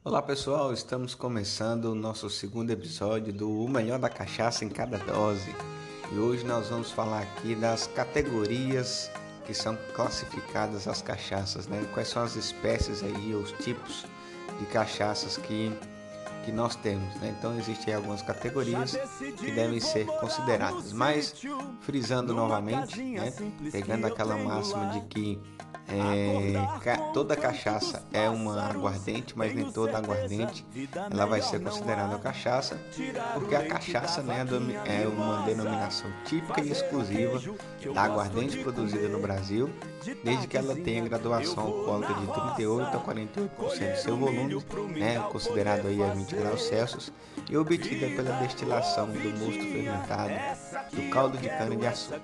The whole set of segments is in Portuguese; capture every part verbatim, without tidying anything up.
Olá pessoal, estamos começando o nosso segundo episódio do O Melhor da Cachaça em Cada Dose. E hoje nós vamos falar aqui das categorias que são classificadas as cachaças, né? Quais são as espécies aí, os tipos de cachaças que, que nós temos, né? Então existem algumas categorias que devem ser consideradas, mas frisando novamente, né? Pegando aquela máxima de que É, ca- toda cachaça é uma aguardente, mas nem toda aguardente ela vai ser considerada cachaça, porque a cachaça, né, é uma denominação típica e exclusiva da aguardente produzida no Brasil, desde que ela tenha graduação alcoólica de trinta e oito a quarenta e oito por cento do seu volume, né, considerado aí a vinte graus Celsius, e obtida pela destilação do mosto fermentado do caldo de cana-de-açúcar,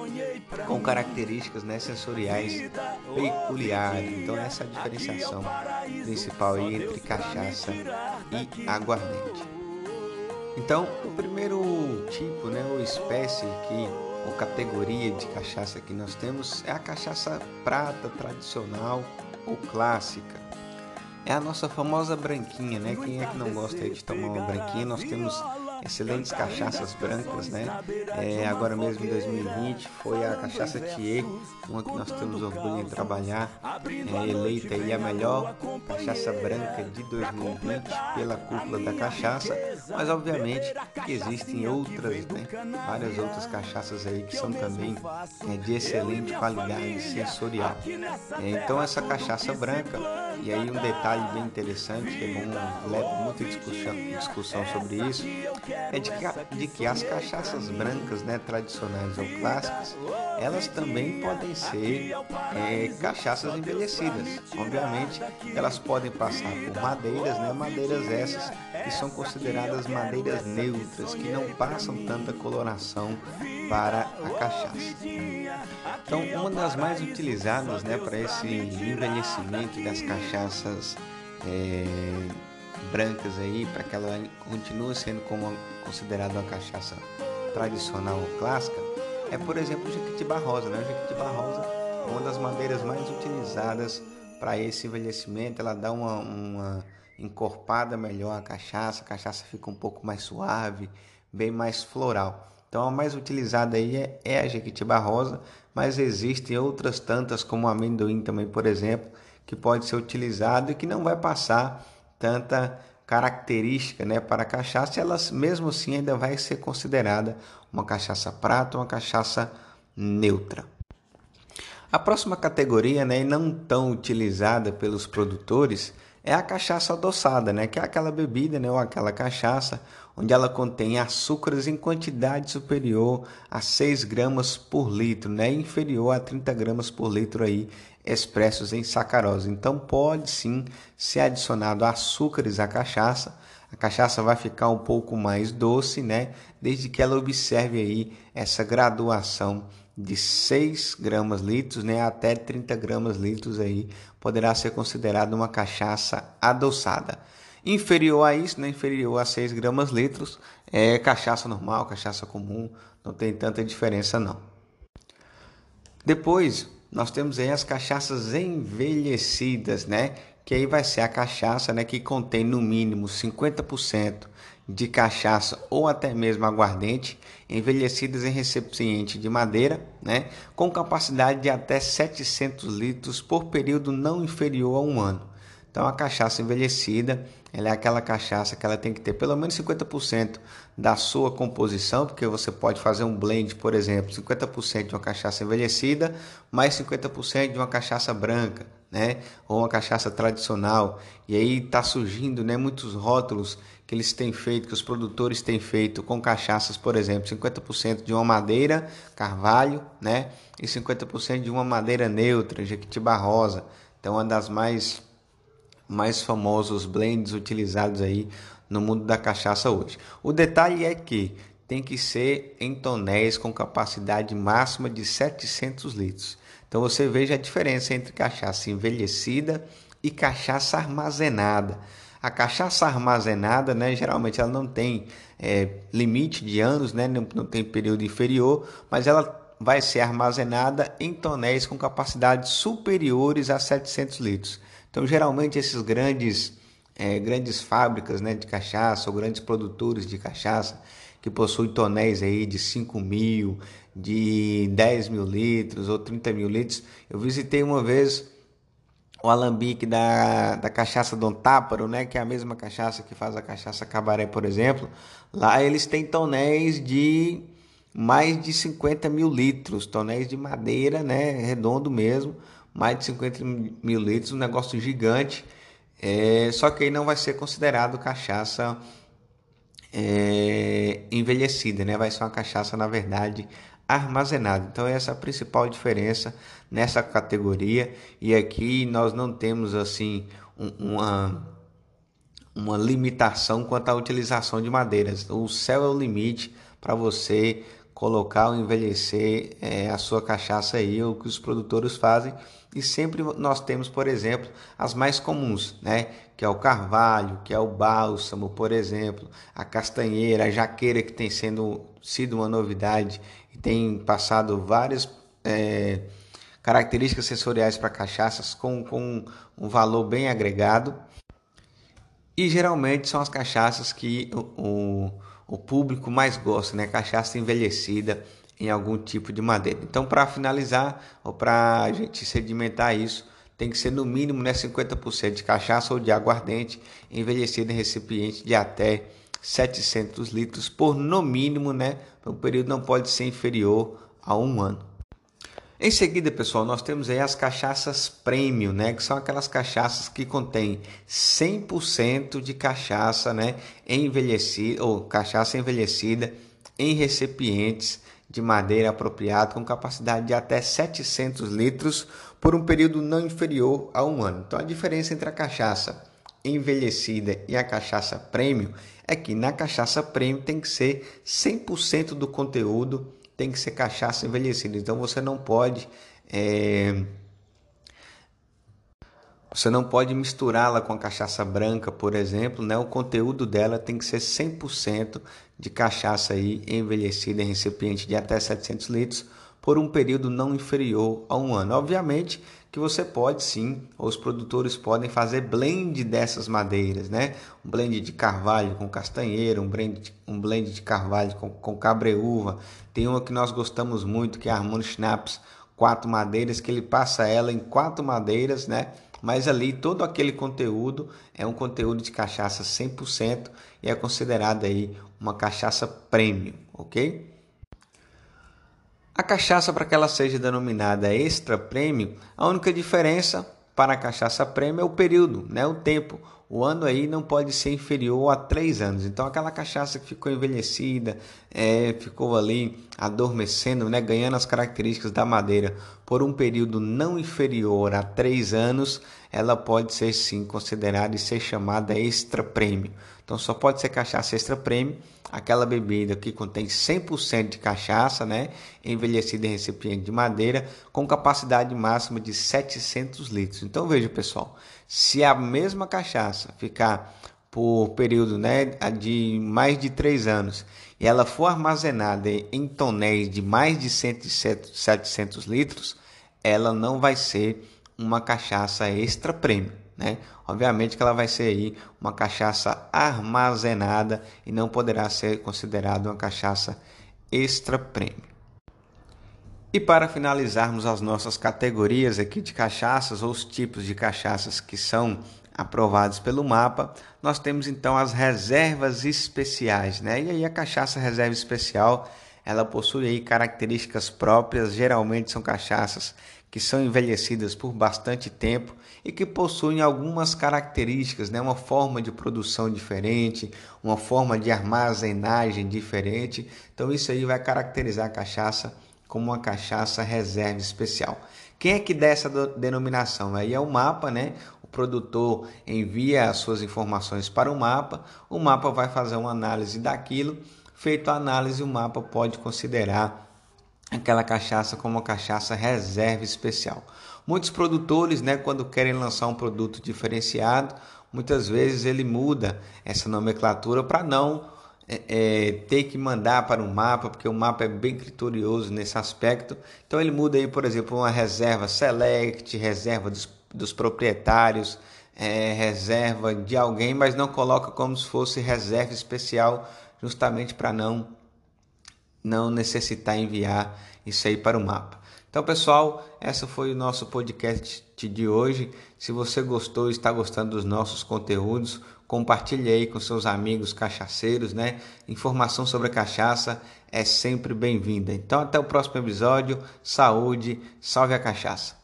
com características, né, sensoriais peculiares. Então essa é a diferenciação principal aí entre cachaça e aguardente. Então o primeiro tipo, né, ou espécie que ou categoria de cachaça que nós temos é a cachaça prata tradicional ou clássica. É a nossa famosa branquinha, né? Quem é que não gosta aí de tomar uma branquinha? Nós temos excelentes cachaças brancas, né? É, agora mesmo em dois mil e vinte foi a cachaça Thier, uma que nós temos orgulho em trabalhar, é, eleita aí a melhor cachaça branca de dois mil e vinte pela Cúpula da Cachaça, mas obviamente que existem outras, né? Várias outras cachaças aí que são também é, de excelente qualidade sensorial. É, então essa cachaça branca, e aí um detalhe bem interessante, que é bom, leva muita discussão, discussão sobre isso, é de que, de que as cachaças brancas, né, tradicionais ou clássicas, elas também podem ser é, cachaças envelhecidas. Obviamente, elas podem passar por madeiras, né, madeiras essas que são consideradas madeiras neutras, que não passam tanta coloração para a cachaça. Então, uma das mais utilizadas, né, para esse envelhecimento das cachaças é, brancas aí, para que ela continue sendo como considerada uma cachaça tradicional ou clássica, é, por exemplo, o Jequitibá Rosa, né? O Jequitibá Rosa é uma das madeiras mais utilizadas para esse envelhecimento. Ela dá uma, uma encorpada melhor à cachaça, a cachaça fica um pouco mais suave, bem mais floral. Então a mais utilizada aí é, é a Jequitibá Rosa, mas existem outras tantas, como o amendoim também, por exemplo, que pode ser utilizado e que não vai passar tanta característica, né, para a cachaça. Ela mesmo assim ainda vai ser considerada uma cachaça prata, uma cachaça neutra. A próxima categoria, né, e não tão utilizada pelos produtores, é a cachaça adoçada, né, que é aquela bebida, né, ou aquela cachaça onde ela contém açúcares em quantidade superior a seis gramas por litro, né, inferior a trinta gramas por litro aí, expressos em sacarose. Então pode sim ser adicionado açúcares à cachaça. A cachaça vai ficar um pouco mais doce, né, desde que ela observe aí essa graduação de seis gramas litros, né, até trinta gramas litros aí, poderá ser considerada uma cachaça adoçada. Inferior a isso, né, inferior a seis gramas litros, é cachaça normal, cachaça comum, não tem tanta diferença não. Depois, nós temos aí as cachaças envelhecidas, né, que aí vai ser a cachaça, né, que contém no mínimo cinquenta por cento de cachaça ou até mesmo aguardente, envelhecidas em recipiente de madeira, né, com capacidade de até setecentos litros por período não inferior a um ano. Então a cachaça envelhecida, ela é aquela cachaça que ela tem que ter pelo menos cinquenta por cento da sua composição, porque você pode fazer um blend, por exemplo, cinquenta por cento de uma cachaça envelhecida, mais cinquenta por cento de uma cachaça branca, né? Ou uma cachaça tradicional. E aí está surgindo, né, muitos rótulos que eles têm feito, que os produtores têm feito com cachaças, por exemplo, cinquenta por cento de uma madeira carvalho, né? E cinquenta por cento de uma madeira neutra, Jequitibá Rosa. Então, uma das mais mais famosos blends utilizados aí no mundo da cachaça hoje. O detalhe é que tem que ser em tonéis com capacidade máxima de setecentos litros. Então você veja a diferença entre cachaça envelhecida e cachaça armazenada. A cachaça armazenada, né, geralmente ela não tem é, limite de anos, né, não, não tem período inferior, mas ela vai ser armazenada em tonéis com capacidades superiores a setecentos litros. Então, geralmente, esses grandes é, grandes fábricas, né, de cachaça ou grandes produtores de cachaça que possuem tonéis aí de cinco mil, de dez mil litros ou trinta mil litros. Eu visitei uma vez o alambique da, da cachaça Dom Táparo, né, que é a mesma cachaça que faz a cachaça Cabaré, por exemplo. Lá eles têm tonéis de mais de cinquenta mil litros, tonéis de madeira, né, redondo mesmo, mais de cinquenta mil litros, um negócio gigante. É, só que aí não vai ser considerado cachaça é, envelhecida, né? Vai ser uma cachaça, na verdade, armazenada. Então essa é a principal diferença nessa categoria. E aqui nós não temos assim um, uma, uma limitação quanto à utilização de madeiras. O céu é o limite para você colocar ou envelhecer é, a sua cachaça aí, o que os produtores fazem. E sempre nós temos, por exemplo, as mais comuns, né? Que é o carvalho, que é o bálsamo, por exemplo, a castanheira, a jaqueira, que tem sendo, sido uma novidade e tem passado várias é, características sensoriais para cachaças com, com um valor bem agregado. E geralmente são as cachaças que o, o, o público mais gosta, né? Cachaça envelhecida em algum tipo de madeira. Então, para finalizar, ou para a gente sedimentar isso, tem que ser no mínimo, né, cinquenta por cento de cachaça ou de aguardente envelhecida em recipiente de até setecentos litros por no mínimo, né? O período não pode ser inferior a um ano. Em seguida, pessoal, nós temos aí as cachaças premium, né? Que são aquelas cachaças que contêm cem por cento de cachaça, né? Envelhecida, ou cachaça envelhecida em recipientes de madeira apropriado com capacidade de até setecentos litros por um período não inferior a um ano. Então, a diferença entre a cachaça envelhecida e a cachaça premium é que na cachaça premium tem que ser cem por cento do conteúdo tem que ser cachaça envelhecida. Então você não pode é, você não pode misturá-la com a cachaça branca, por exemplo, né? O conteúdo dela tem que ser cem por cento de cachaça aí envelhecida em recipiente de até setecentos litros por um período não inferior a um ano. Obviamente que você pode sim, os produtores podem fazer blend dessas madeiras, né? Um blend de carvalho com castanheira, um blend de, um blend de carvalho com, com cabreúva. Tem uma que nós gostamos muito, que é a Harmony Schnapps, quatro madeiras, que ele passa ela em quatro madeiras, né? Mas ali todo aquele conteúdo é um conteúdo de cachaça cem por cento e é considerado aí uma cachaça premium, ok? A cachaça, para que ela seja denominada extra premium, a única diferença para a cachaça premium é o período, né? O tempo. O ano aí não pode ser inferior a três anos. Então aquela cachaça que ficou envelhecida, é, ficou ali adormecendo, né? Ganhando as características da madeira por um período não inferior a três anos, ela pode ser sim considerada e ser chamada extra premium. Então só pode ser cachaça extra premium aquela bebida que contém cem por cento de cachaça, né, envelhecida em recipiente de madeira, com capacidade máxima de setecentos litros. Então veja, pessoal, se a mesma cachaça ficar por período, né, de mais de três anos e ela for armazenada em tonéis de mais de setecentos litros, ela não vai ser uma cachaça extra premium, né? Obviamente que ela vai ser aí uma cachaça armazenada e não poderá ser considerada uma cachaça extra premium. E para finalizarmos as nossas categorias aqui de cachaças ou os tipos de cachaças que são aprovados pelo mapa, nós temos então as reservas especiais, né? E aí a cachaça reserva especial, ela possui aí características próprias, geralmente são cachaças que são envelhecidas por bastante tempo e que possuem algumas características, né? Uma forma de produção diferente, uma forma de armazenagem diferente. Então isso aí vai caracterizar a cachaça como uma cachaça reserva especial. Quem é que dá essa denominação? Aí é o mapa, né? O produtor envia as suas informações para o mapa, o mapa vai fazer uma análise daquilo, feito a análise, o mapa pode considerar aquela cachaça como uma cachaça reserva especial. Muitos produtores, né, quando querem lançar um produto diferenciado, muitas vezes ele muda essa nomenclatura para não é, é, ter que mandar para um mapa, porque o mapa é bem criterioso nesse aspecto. Então ele muda aí, por exemplo, uma reserva select, reserva dos, dos proprietários, é, reserva de alguém, mas não coloca como se fosse reserva especial, justamente para não, não necessitar enviar isso aí para o mapa. Então, pessoal, esse foi o nosso podcast de hoje. Se você gostou, está gostando dos nossos conteúdos, compartilhe aí com seus amigos cachaceiros, né? Informação sobre a cachaça é sempre bem-vinda. Então, até o próximo episódio. Saúde, salve a cachaça!